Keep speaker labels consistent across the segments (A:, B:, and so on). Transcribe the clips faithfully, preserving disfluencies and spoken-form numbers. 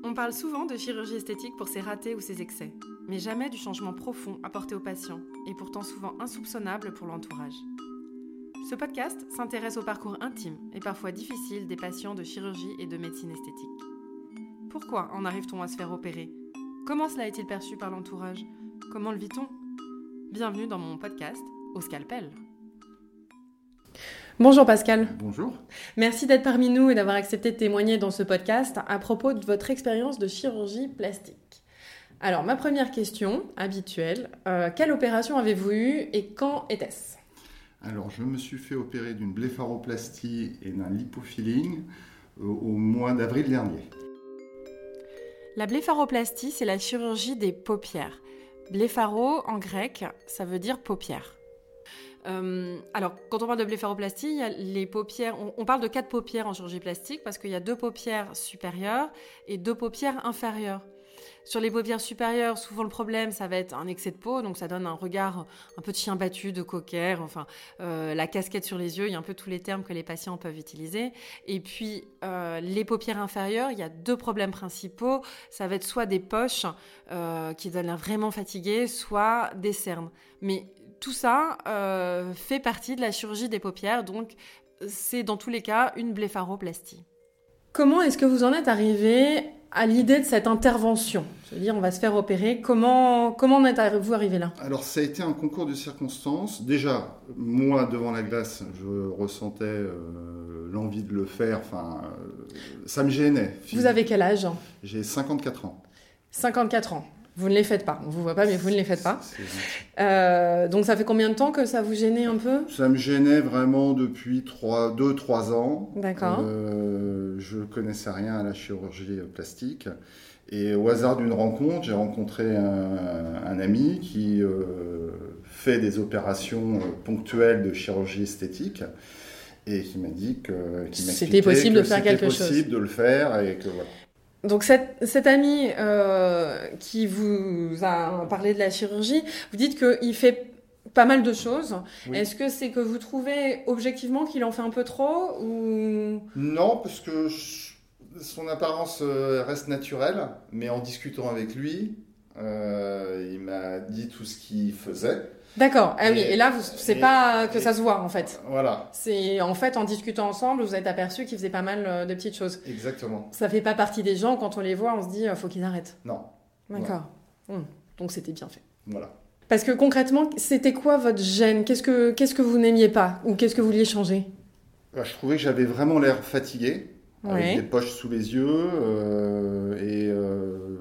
A: On parle souvent de chirurgie esthétique pour ses ratés ou ses excès, mais jamais du changement profond apporté aux patients, et pourtant souvent insoupçonnable pour l'entourage. Ce podcast s'intéresse au parcours intime et parfois difficile des patients de chirurgie et de médecine esthétique. Pourquoi en arrive-t-on à se faire opérer ? Comment cela est-il perçu par l'entourage ? Comment le vit-on ? Bienvenue dans mon podcast Au Scalpel. Bonjour Pascal.
B: Bonjour.
A: Merci d'être parmi nous et d'avoir accepté de témoigner dans ce podcast à propos de votre expérience de chirurgie plastique. Alors, ma première question, habituelle, euh, quelle opération avez-vous eue et quand était-ce ?
B: Alors, je me suis fait opérer d'une blépharoplastie et d'un lipofilling euh, au mois d'avril dernier.
A: La blépharoplastie, c'est la chirurgie des paupières. Blépharo, en grec, ça veut dire paupières. Euh, alors, quand on parle de blépharoplastie, il y a les paupières, on, on parle de quatre paupières en chirurgie plastique parce qu'il y a deux paupières supérieures et deux paupières inférieures. Sur les paupières supérieures, souvent le problème, ça va être un excès de peau, donc ça donne un regard un peu de chien battu, de cocker, enfin, euh, la casquette sur les yeux, il y a un peu tous les termes que les patients peuvent utiliser. Et puis, euh, les paupières inférieures, il y a deux problèmes principaux, ça va être soit des poches euh, qui donnent l'air vraiment fatigué, soit des cernes. Mais tout ça euh, fait partie de la chirurgie des paupières, donc c'est dans tous les cas une blépharoplastie. Comment est-ce que vous en êtes arrivé à l'idée de cette intervention ? Je veux dire, on va se faire opérer. Comment, comment en êtes-vous arrivé là ?
B: Alors, ça a été un concours de circonstances. Déjà, moi, devant la glace, je ressentais euh, l'envie de le faire. Enfin, euh, ça me gênait.
A: Vous avez quel âge ?
B: J'ai cinquante-quatre ans.
A: cinquante-quatre ans. Vous ne les faites pas. On ne vous voit pas, mais vous ne les faites pas. Euh, donc, ça fait combien de temps que ça vous gênait un peu ?
B: Ça me gênait vraiment depuis deux trois ans.
A: D'accord.
B: Euh, je ne connaissais rien à la chirurgie plastique. Et au hasard d'une rencontre, j'ai rencontré un, un ami qui euh, fait des opérations ponctuelles de chirurgie esthétique et qui m'a dit que qui
A: c'était possible
B: que
A: de faire quelque chose.
B: C'était possible de le faire et que voilà.
A: Donc cette, cet ami euh, qui vous a parlé de la chirurgie, vous dites qu'il fait pas mal de choses. Oui. Est-ce que c'est que vous trouvez objectivement qu'il en fait un peu trop ou...
B: Non, parce que je, son apparence reste naturelle, mais en discutant avec lui, euh, il m'a dit tout ce qu'il faisait.
A: D'accord. Ah et, oui. Et là, vous, c'est et, pas que et, ça se voit en fait.
B: Voilà.
A: C'est en fait en discutant ensemble, vous êtes aperçu qu'il faisait pas mal de petites choses.
B: Exactement.
A: Ça fait pas partie des gens quand on les voit, on se dit faut qu'ils arrêtent.
B: Non.
A: D'accord. Hum. Donc c'était bien fait.
B: Voilà.
A: Parce que concrètement, c'était quoi votre gêne ? Qu'est-ce que qu'est-ce que vous n'aimiez pas ou qu'est-ce que vous vouliez changer ?
B: Je trouvais que j'avais vraiment l'air fatigué, ouais. Avec des poches sous les yeux euh, et euh,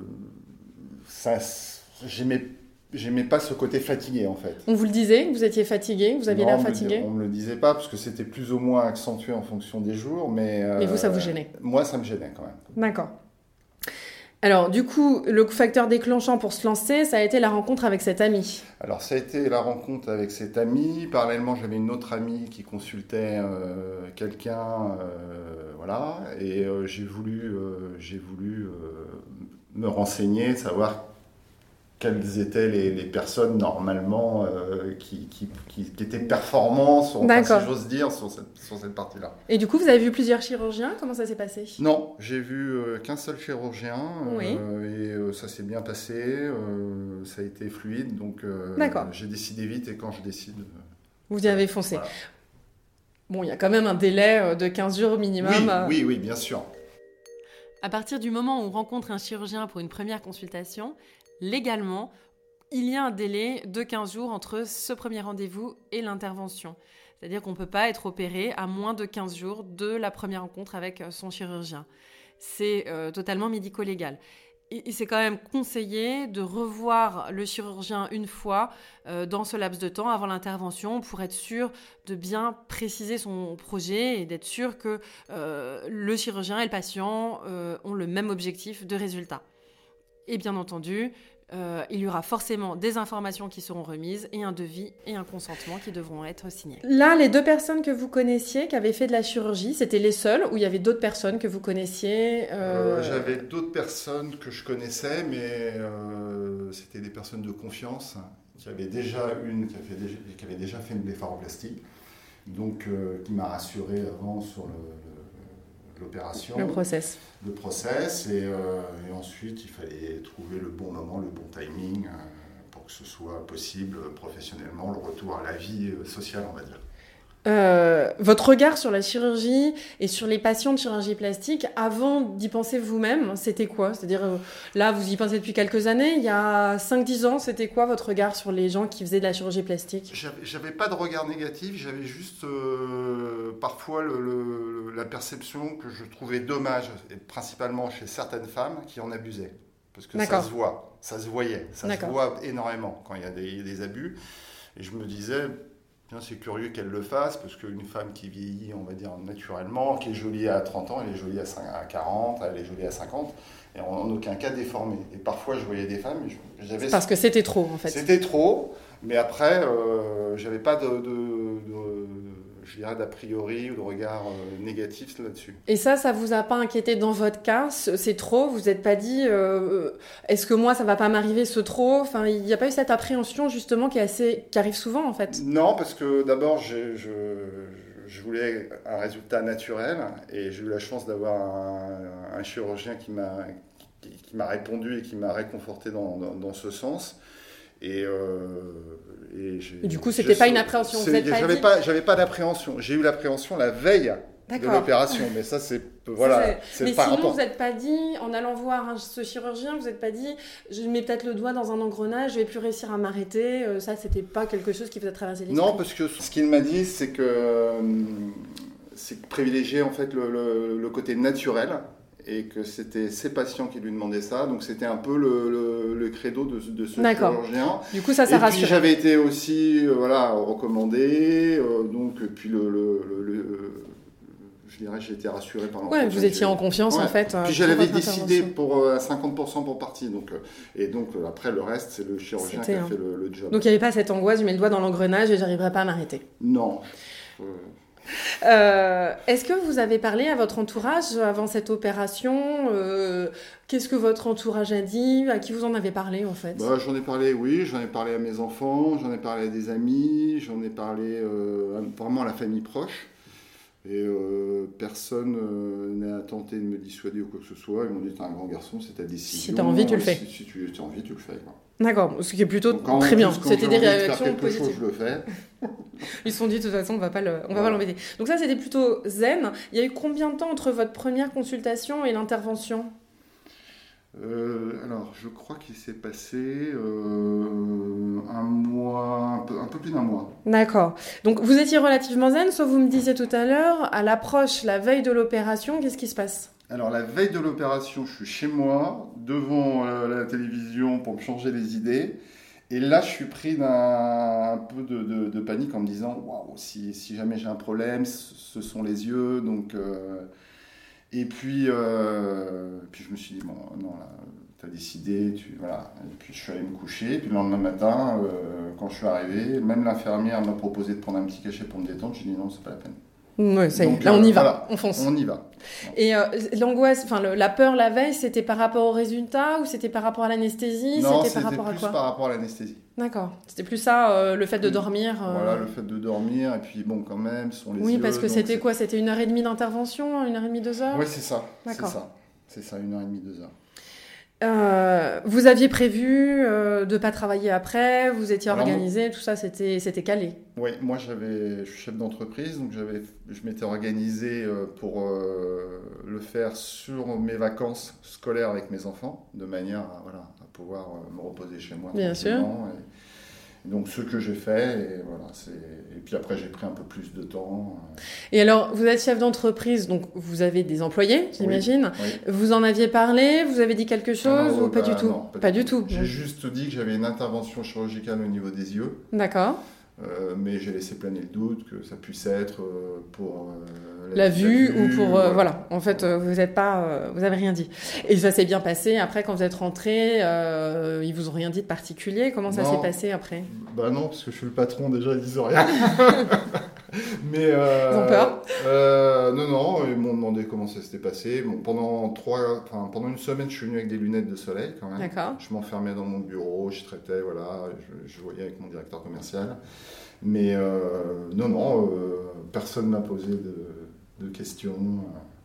B: ça, j'aimais. J'aimais pas ce côté fatigué, en fait.
A: On vous le disait, vous étiez fatigué, vous aviez
B: non,
A: l'air fatigué ?
B: On me le disait pas, parce que c'était plus ou moins accentué en fonction des jours, mais...
A: Mais vous, ça vous
B: euh,
A: gênait ?
B: Moi, ça me gênait, quand même.
A: D'accord. Alors, du coup, le facteur déclenchant pour se lancer, ça a été la rencontre avec cet ami.
B: Alors, ça a été la rencontre avec cet ami. Parallèlement, j'avais une autre amie qui consultait euh, quelqu'un, euh, voilà, et euh, j'ai voulu, euh, j'ai voulu euh, me renseigner, savoir quelles étaient les, les personnes normalement euh, qui, qui, qui, qui étaient performantes, enfin, si j'ose dire, sur cette, sur cette partie-là.
A: Et du coup, vous avez vu plusieurs chirurgiens ? Comment ça s'est passé ?
B: Non, j'ai vu euh, qu'un seul chirurgien
A: oui.
B: euh, et euh, ça s'est bien passé, euh, ça a été fluide, donc euh, j'ai décidé vite et quand je décide... Euh,
A: vous y avez foncé. Voilà. Bon, il y a quand même un délai de quinze jours minimum.
B: Oui, oui, oui, bien sûr.
A: À partir du moment où on rencontre un chirurgien pour une première consultation, légalement, il y a un délai de quinze jours entre ce premier rendez-vous et l'intervention. C'est-à-dire qu'on ne peut pas être opéré à moins de quinze jours de la première rencontre avec son chirurgien. C'est euh, totalement médico-légal. Et, et c'est quand même conseillé de revoir le chirurgien une fois euh, dans ce laps de temps avant l'intervention pour être sûr de bien préciser son projet et d'être sûr que euh, le chirurgien et le patient euh, ont le même objectif de résultat. Et bien entendu, euh, il y aura forcément des informations qui seront remises et un devis et un consentement qui devront être signés. Là, les deux personnes que vous connaissiez, qui avaient fait de la chirurgie, c'était les seules ou il y avait d'autres personnes que vous connaissiez euh...
B: Euh, J'avais d'autres personnes que je connaissais, mais euh, c'était des personnes de confiance qui avaient déjà une, qui avait déjà, qui avait déjà fait une blépharoplastie, donc euh, qui m'a rassuré avant sur le, le l'opération.
A: Le process.
B: Le process, et, euh, et ensuite il fallait trouver le bon moment, le bon timing euh, pour que ce soit possible professionnellement, le retour à la vie euh, sociale, on va dire.
A: Euh, votre regard sur la chirurgie et sur les patients de chirurgie plastique, avant d'y penser vous-même, c'était quoi? C'est-à-dire, euh, là, vous y pensez depuis quelques années. Il y a cinq dix ans, c'était quoi votre regard sur les gens qui faisaient de la chirurgie plastique?
B: J'avais, j'avais pas de regard négatif, j'avais juste euh, parfois le, le, la perception que je trouvais dommage, et principalement chez certaines femmes qui en abusaient. Parce que
A: D'accord.
B: ça se voit, ça se voyait, ça
A: D'accord.
B: se voit énormément quand il y a des, des abus. Et je me disais... Tiens, c'est curieux qu'elle le fasse, parce qu'une femme qui vieillit, on va dire, naturellement, qui est jolie à trente ans, elle est jolie à quarante, elle est jolie à cinquante, et en aucun cas déformée. Et parfois, je voyais des femmes... et j'avais...
A: Parce que c'était trop, en fait.
B: C'était trop, mais après, euh, j'avais pas de, de, de, je dirais, d'a priori ou de regard euh, négatif là-dessus.
A: Et ça, ça vous a pas inquiété dans votre cas? C'est trop? Vous n'êtes pas dit, euh, est-ce que moi, ça va pas m'arriver ce trop? Enfin, il n'y a pas eu cette appréhension, justement, qui, est assez, qui arrive souvent, en fait?
B: Non, parce que d'abord, j'ai, je, je voulais un résultat naturel, et j'ai eu la chance d'avoir un, un chirurgien qui m'a, qui, qui m'a répondu et qui m'a réconforté dans, dans, dans ce sens. Et, euh, et,
A: et du coup, c'était pas une appréhension. Vous êtes pas
B: j'avais
A: dit...
B: pas, j'avais pas d'appréhension. J'ai eu l'appréhension la veille D'accord. de l'opération, mais ça c'est voilà.
A: C'est,
B: c'est
A: mais
B: pas
A: sinon,
B: rapport.
A: Vous n'êtes pas dit, en allant voir hein, ce chirurgien, vous n'êtes pas dit, je mets peut-être le doigt dans un engrenage, je vais plus réussir à m'arrêter. Euh, ça, c'était pas quelque chose qui vous a traversé l'esprit?
B: Non, parce que ce qu'il m'a dit, c'est que euh, c'est privilégier en fait le, le, le côté naturel. Et que c'était ses patients qui lui demandaient ça, donc c'était un peu le, le, le credo de, de ce
A: D'accord.
B: chirurgien.
A: Du coup, ça, ça rassure.
B: Et puis j'avais été aussi, euh, voilà, recommandé, euh, donc puis le, le, le, le, je dirais, j'ai été rassuré par l'entretien.
A: Ouais, vous étiez en confiance
B: ouais.
A: en fait.
B: Puis j'avais décidé pour à cinquante pour cent pour partie, donc euh, et donc euh, après le reste, c'est le chirurgien c'était qui a un... fait le, le job.
A: Donc il n'y avait pas cette angoisse, je mets le doigt dans l'engrenage et j'arriverai pas à m'arrêter.
B: Non. Euh...
A: Euh, est-ce que vous avez parlé à votre entourage avant cette opération? euh, Qu'est-ce que votre entourage a dit? À qui vous en avez parlé en fait?
B: Bah, j'en ai parlé, oui, j'en ai parlé à mes enfants, j'en ai parlé à des amis, j'en ai parlé euh, vraiment à la famille proche. Et euh, personne euh, n'a tenté de me dissuader ou quoi que ce soit. Ils m'ont dit, t'es un grand garçon, c'est ta décision.
A: Si t'as envie, tu le fais.
B: Si, si tu as envie, tu le fais. Quoi.
A: D'accord, ce qui est plutôt
B: donc,
A: très bien.
B: Plus,
A: c'était des réactions
B: de
A: positives.
B: Chose, je le fais.
A: Ils se sont dit, de toute façon, on va pas le, on va
B: ouais.
A: pas l'embêter. Donc ça, c'était plutôt zen. Il y a eu combien de temps entre votre première consultation et l'intervention?
B: euh, Alors, je crois qu'il s'est passé euh, un mois, un peu, un peu plus d'un mois.
A: D'accord. Donc, vous étiez relativement zen, sauf vous me disiez tout à l'heure, à l'approche, la veille de l'opération, qu'est-ce qui se passe?
B: Alors, la veille de l'opération, je suis chez moi, devant euh, la télévision pour me changer les idées. Et là, je suis pris d'un un peu de, de, de panique en me disant « Waouh, si, si jamais j'ai un problème, ce sont les yeux. » Donc, euh, et puis, euh, puis, je me suis dit « Bon, non, là, tu as décidé. Tu, voilà. » Et puis, je suis allé me coucher. Et puis, le lendemain matin, euh, quand je suis arrivé, même l'infirmière m'a proposé de prendre un petit cachet pour me détendre. J'ai dit « Non, c'est pas la peine. »
A: Ouais, ça y est. Là, on y va,
B: voilà,
A: on fonce.
B: On y va.
A: Et euh, l'angoisse, enfin le, la peur la veille, c'était par rapport au résultat ou c'était par rapport à l'anesthésie?
B: Non,
A: c'était
B: c'était
A: par rapport
B: plus
A: à quoi?
B: par rapport à l'anesthésie.
A: D'accord. C'était plus ça, euh, le fait de dormir. Euh...
B: Voilà, le fait de dormir et puis bon, quand même, sont les
A: oui,
B: yeux.
A: Oui, parce que c'était c'est... quoi? C'était une heure et demie d'intervention, une heure et demie, deux heures?
B: Oui, c'est ça.
A: D'accord.
B: C'est ça. C'est ça, une heure et demie, deux heures.
A: Euh, vous aviez prévu euh, de ne pas travailler après, vous étiez
B: Alors,
A: organisé, moi, tout ça, c'était, c'était calé.
B: Oui, moi j'avais, je suis chef d'entreprise, donc j'avais, je m'étais organisé pour euh, le faire sur mes vacances scolaires avec mes enfants, de manière à, voilà, à pouvoir me reposer chez moi.
A: Bien sûr.
B: Et, et donc ce que j'ai fait, et, voilà, c'est, et puis après j'ai pris un peu plus de temps.
A: Et alors, vous êtes chef d'entreprise, donc vous avez des employés, j'imagine.
B: Oui, oui.
A: Vous en aviez parlé, vous avez dit quelque chose
B: non,
A: ou pas
B: bah,
A: du tout?
B: Non, pas,
A: pas
B: du
A: du tout.
B: tout. J'ai juste dit que j'avais une intervention chirurgicale au niveau des yeux.
A: D'accord.
B: Euh, mais j'ai laissé planer le doute que ça puisse être euh, pour euh,
A: la, la, vue,
B: vue
A: ou pour euh, voilà. voilà. En fait, euh, vous êtes pas, euh, vous avez rien dit. Et ça s'est bien passé. Après, quand vous êtes rentré, euh, ils vous ont rien dit de particulier. Comment ça non. s'est passé après?
B: Bah non, parce que je suis le patron déjà, ils disent rien. mais euh,
A: ils ont peur.
B: Euh, non, non, ils m'ont demandé comment ça s'était passé. Bon, pendant trois, enfin pendant une semaine, je suis venu avec des lunettes de soleil quand même.
A: D'accord.
B: Je m'enfermais dans mon bureau, je traitais, voilà, je, je voyais avec mon directeur commercial. Mais euh, non, non, euh, personne ne m'a posé de, de questions.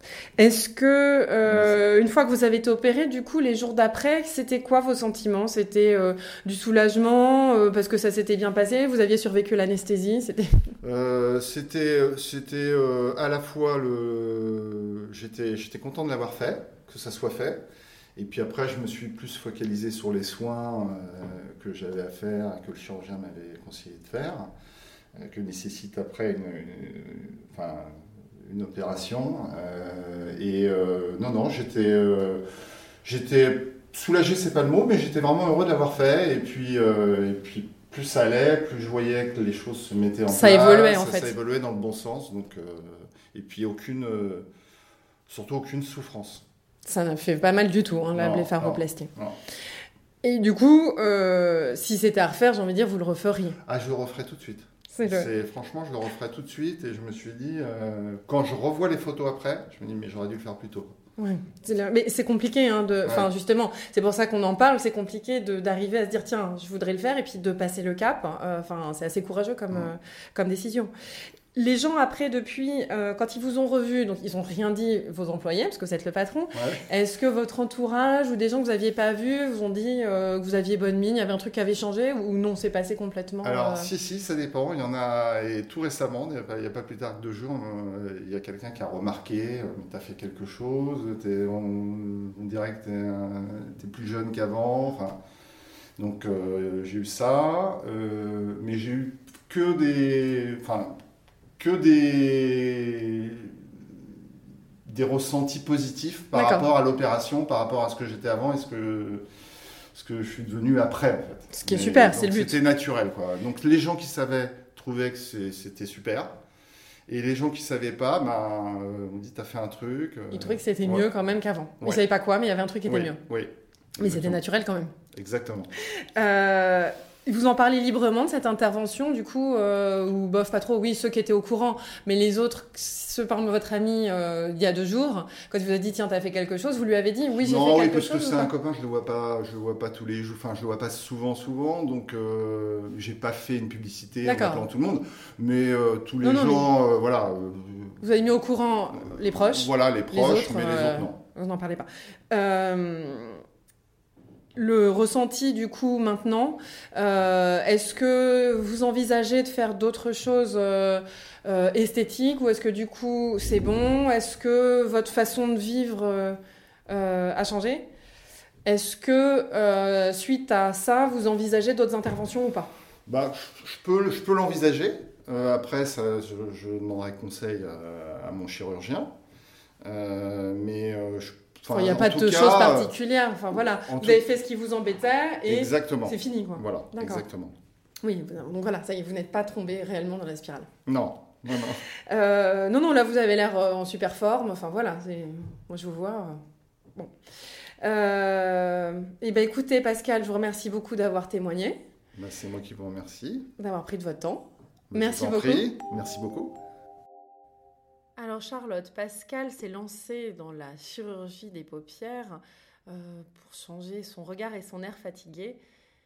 A: Est-ce que, euh, une fois que vous avez été opéré, du coup, les jours d'après, c'était quoi vos sentiments? C'était euh, du soulagement, euh, parce que ça s'était bien passé, vous aviez survécu l'anesthésie, c'était...
B: Euh, c'était c'était euh, à la fois le... J'étais, j'étais content de l'avoir fait, que ça soit fait. Et puis après, je me suis plus focalisé sur les soins euh, que j'avais à faire, que le chirurgien m'avait conseillé de faire, euh, que nécessite après une, une, enfin, une opération. Euh, et euh, non, non, j'étais, euh, j'étais soulagé, c'est pas le mot, mais j'étais vraiment heureux de l'avoir fait. Et puis, euh, et puis plus ça allait, plus je voyais que les choses se mettaient en
A: Ça
B: place.
A: évoluait, en
B: ça,
A: fait.
B: Ça évoluait dans le bon sens. Donc, euh, et puis aucune, euh, surtout aucune souffrance.
A: Ça n'a fait pas mal du tout, hein, la
B: Non,
A: blépharoplastie.
B: non, non.
A: Et du coup, euh, si c'était à refaire, j'ai envie de dire, vous le referiez.
B: Ah, je le referai tout de suite.
A: C'est le...
B: C'est, franchement, je le referai tout de suite. Et je me suis dit, euh, quand je revois les photos après, je me dis, mais j'aurais dû le faire plus tôt.
A: Ouais. C'est le... Mais c'est compliqué, hein, de... ouais. Enfin, justement, c'est pour ça qu'on en parle, c'est compliqué de... d'arriver à se dire, tiens, je voudrais le faire, et puis de passer le cap. Euh, enfin, c'est assez courageux comme, ouais. euh, comme décision. Les gens, après, depuis, euh, quand ils vous ont revu, donc ils n'ont rien dit, vos employés, parce que vous êtes le patron,
B: ouais.
A: Est-ce que votre entourage ou des gens que vous n'aviez pas vus vous ont dit euh, que vous aviez bonne mine, il y avait un truc qui avait changé, ou non, c'est passé complètement
B: Alors,
A: euh...
B: si, si, ça dépend. Il y en a, et tout récemment, il n'y a, a pas plus tard que deux jours, euh, il y a quelqu'un qui a remarqué, euh, tu as fait quelque chose, t'es, on, on dirait que tu es plus jeune qu'avant. Enfin, donc, euh, j'ai eu ça, euh, mais j'ai eu que des... Enfin, que des, des ressentis positifs par
A: D'accord.
B: rapport à l'opération, par rapport à ce que j'étais avant et ce que, ce que je suis devenu après, en fait.
A: Ce qui est
B: Mais,
A: super,
B: donc,
A: c'est le but.
B: C'était naturel, quoi. Donc les gens qui savaient trouvaient que c'est, c'était super. Et les gens qui ne savaient pas, ben, euh, on dit, t'as fait un truc. Euh,
A: Ils trouvaient que c'était
B: ouais.
A: mieux quand même qu'avant.
B: Ouais.
A: Ils ne savaient pas quoi, mais il y avait un truc qui était
B: oui,
A: mieux.
B: Oui.
A: Mais c'était naturel quand même.
B: Exactement.
A: Euh... Vous en parlez librement de cette intervention, du coup, euh, ou bof, pas trop, oui, ceux qui étaient au courant, mais les autres, ceux parmi votre ami, euh, il y a deux jours, quand il vous a dit, tiens, t'as fait quelque chose, vous lui avez dit, oui, j'ai
B: non,
A: fait
B: oui,
A: quelque chose.
B: Non, parce que c'est
A: pas
B: un copain, je le vois pas, je le vois pas tous les jours, enfin, je le vois pas souvent, souvent, donc euh, j'ai pas fait une publicité en appelant tout le monde, mais euh, tous les non, gens, non, mais... euh, voilà. Euh,
A: vous avez mis au courant les proches.
B: Voilà, les proches, les autres, mais euh, les autres, non.
A: Vous n'en parlez pas. Euh... Le ressenti du coup maintenant, euh, est-ce que vous envisagez de faire d'autres choses euh, euh, esthétiques ou est-ce que du coup c'est bon? Est-ce que votre façon de vivre euh, euh, a changé? Est-ce que euh, suite à ça vous envisagez d'autres interventions ou pas?
B: Bah, je peux, je peux l'envisager. Euh, après, ça, je, je demanderai conseil à, à mon chirurgien, euh, mais euh, je
A: Enfin, il n'y a pas de
B: cas,
A: choses particulières. Enfin, voilà. Vous
B: tout...
A: avez fait ce qui vous embêtait et
B: exactement.
A: C'est fini. Quoi.
B: Voilà, D'accord. exactement.
A: Oui, donc voilà, ça y est, vous n'êtes pas tombé réellement dans la spirale.
B: Non, non, non.
A: Euh, non, non, là, vous avez l'air en super forme. Enfin, voilà, c'est... moi, je vous vois. Bon. Euh... Eh bien, écoutez, Pascal, je vous remercie beaucoup d'avoir témoigné.
B: Ben, c'est moi qui vous remercie.
A: D'avoir pris de votre temps.
B: Ben,
A: Merci beaucoup.
B: Prie. Merci beaucoup.
A: Alors Charlotte, Pascal s'est lancé dans la chirurgie des paupières euh, pour changer son regard et son air fatigué.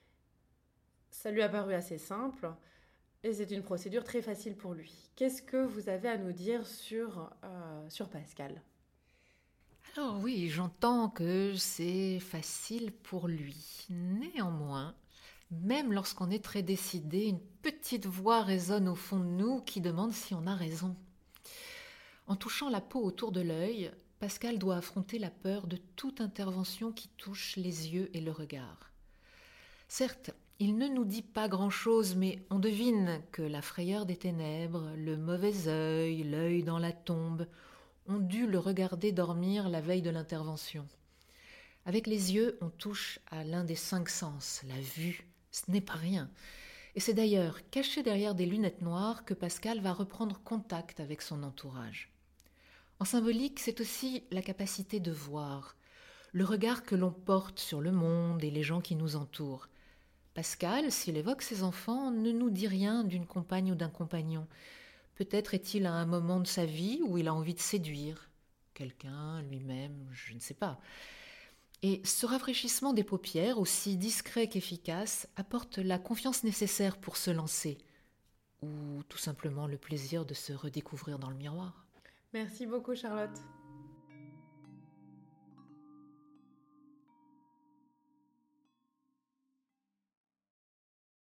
A: Ça lui a paru assez simple et c'est une procédure très facile pour lui. Qu'est-ce que vous avez à nous dire sur, euh, sur Pascal ?
C: Alors oui, j'entends que c'est facile pour lui. Néanmoins, même lorsqu'on est très décidé, une petite voix résonne au fond de nous qui demande si on a raison. En touchant la peau autour de l'œil, Pascal doit affronter la peur de toute intervention qui touche les yeux et le regard. Certes, il ne nous dit pas grand-chose, mais on devine que la frayeur des ténèbres, le mauvais œil, l'œil dans la tombe, ont dû le regarder dormir la veille de l'intervention. Avec les yeux, on touche à l'un des cinq sens, la vue. Ce n'est pas rien. Et c'est d'ailleurs caché derrière des lunettes noires que Pascal va reprendre contact avec son entourage. En symbolique, c'est aussi la capacité de voir, le regard que l'on porte sur le monde et les gens qui nous entourent. Pascal, s'il évoque ses enfants, ne nous dit rien d'une compagne ou d'un compagnon. Peut-être est-il à un moment de sa vie où il a envie de séduire quelqu'un, lui-même, je ne sais pas. Et ce rafraîchissement des paupières, aussi discret qu'efficace, apporte la confiance nécessaire pour se lancer, ou tout simplement le plaisir de se redécouvrir dans le miroir.
A: Merci beaucoup Charlotte.